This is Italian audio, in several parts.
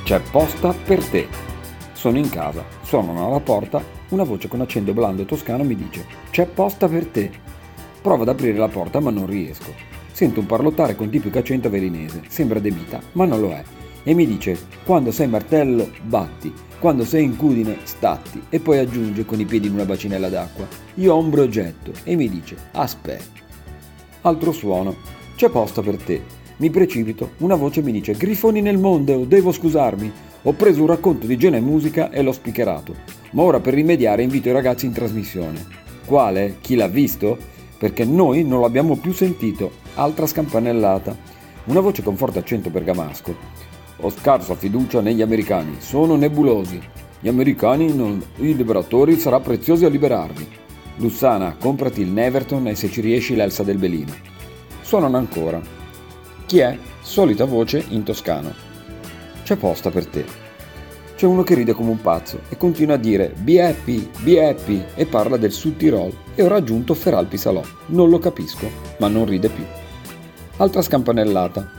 c'è posta per te. Sono in casa, suonano alla porta, una voce con accento blando toscano mi dice c'è posta per te. Provo ad aprire la porta ma non riesco. Sento un parlottare con tipico accento velinese, sembra De Vita, ma non lo è. E mi dice quando sei martello batti, quando sei incudine statti, e poi aggiunge con i piedi in una bacinella d'acqua io ho un progetto, e mi dice aspetta. Altro suono, c'è posta per te. Mi precipito, una voce mi dice grifoni nel mondo, devo scusarmi. Ho preso un racconto di genere e musica e l'ho spicherato. Ma ora per rimediare invito i ragazzi in trasmissione. Quale? Chi l'ha visto? Perché noi non l'abbiamo più sentito. Altra scampanellata. Una voce con forte accento bergamasco. Ho scarsa fiducia negli americani, sono nebulosi. Gli americani, non i liberatori, sarà prezioso a liberarvi. Lussana, comprati il Neverton e se ci riesci l'Elsa del Belino. Suonano ancora. Chi è? Solita voce in toscano. C'è posta per te. C'è uno che ride come un pazzo e continua a dire be happy e parla del Sud Tirol e ho raggiunto Feralpi Salò. Non lo capisco, ma non ride più. Altra scampanellata.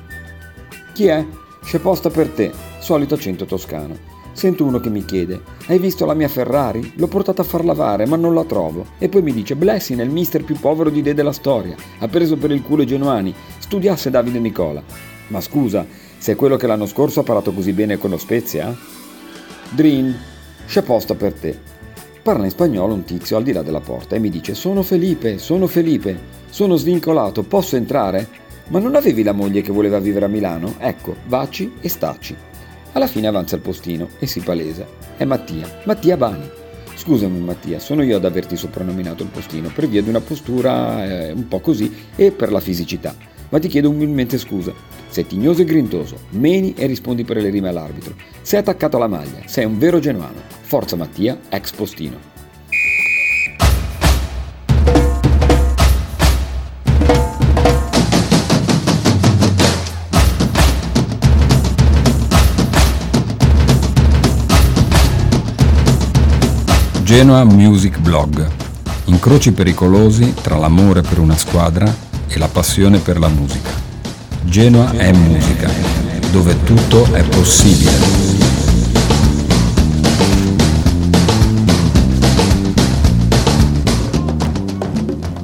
Chi è? C'è posta per te, solito accento toscano. Sento uno che mi chiede hai visto la mia Ferrari? L'ho portata a far lavare ma non la trovo. E poi mi dice Blessing è il mister più povero di idee della storia. Ha preso per il culo i genuani. Studiasse Davide Nicola. Ma scusa, sei quello che l'anno scorso ha parlato così bene con lo Spezia? Drin, c'è posta per te. Parla in spagnolo un tizio al di là della porta e mi dice sono Felipe, sono svincolato, posso entrare? Ma non avevi la moglie che voleva vivere a Milano? Ecco, vaci e staci. Alla fine avanza il postino e si palesa. È Mattia Bani. Scusami Mattia, sono io ad averti soprannominato il postino per via di una postura un po' così e per la fisicità. Ma ti chiedo umilmente scusa. Sei tignoso e grintoso, meni e rispondi per le rime all'arbitro. Sei attaccato alla maglia, sei un vero genuano. Forza Mattia, ex postino. Genoa Music Blog. Incroci pericolosi tra l'amore per una squadra e la passione per la musica. Genoa è musica, dove tutto è possibile.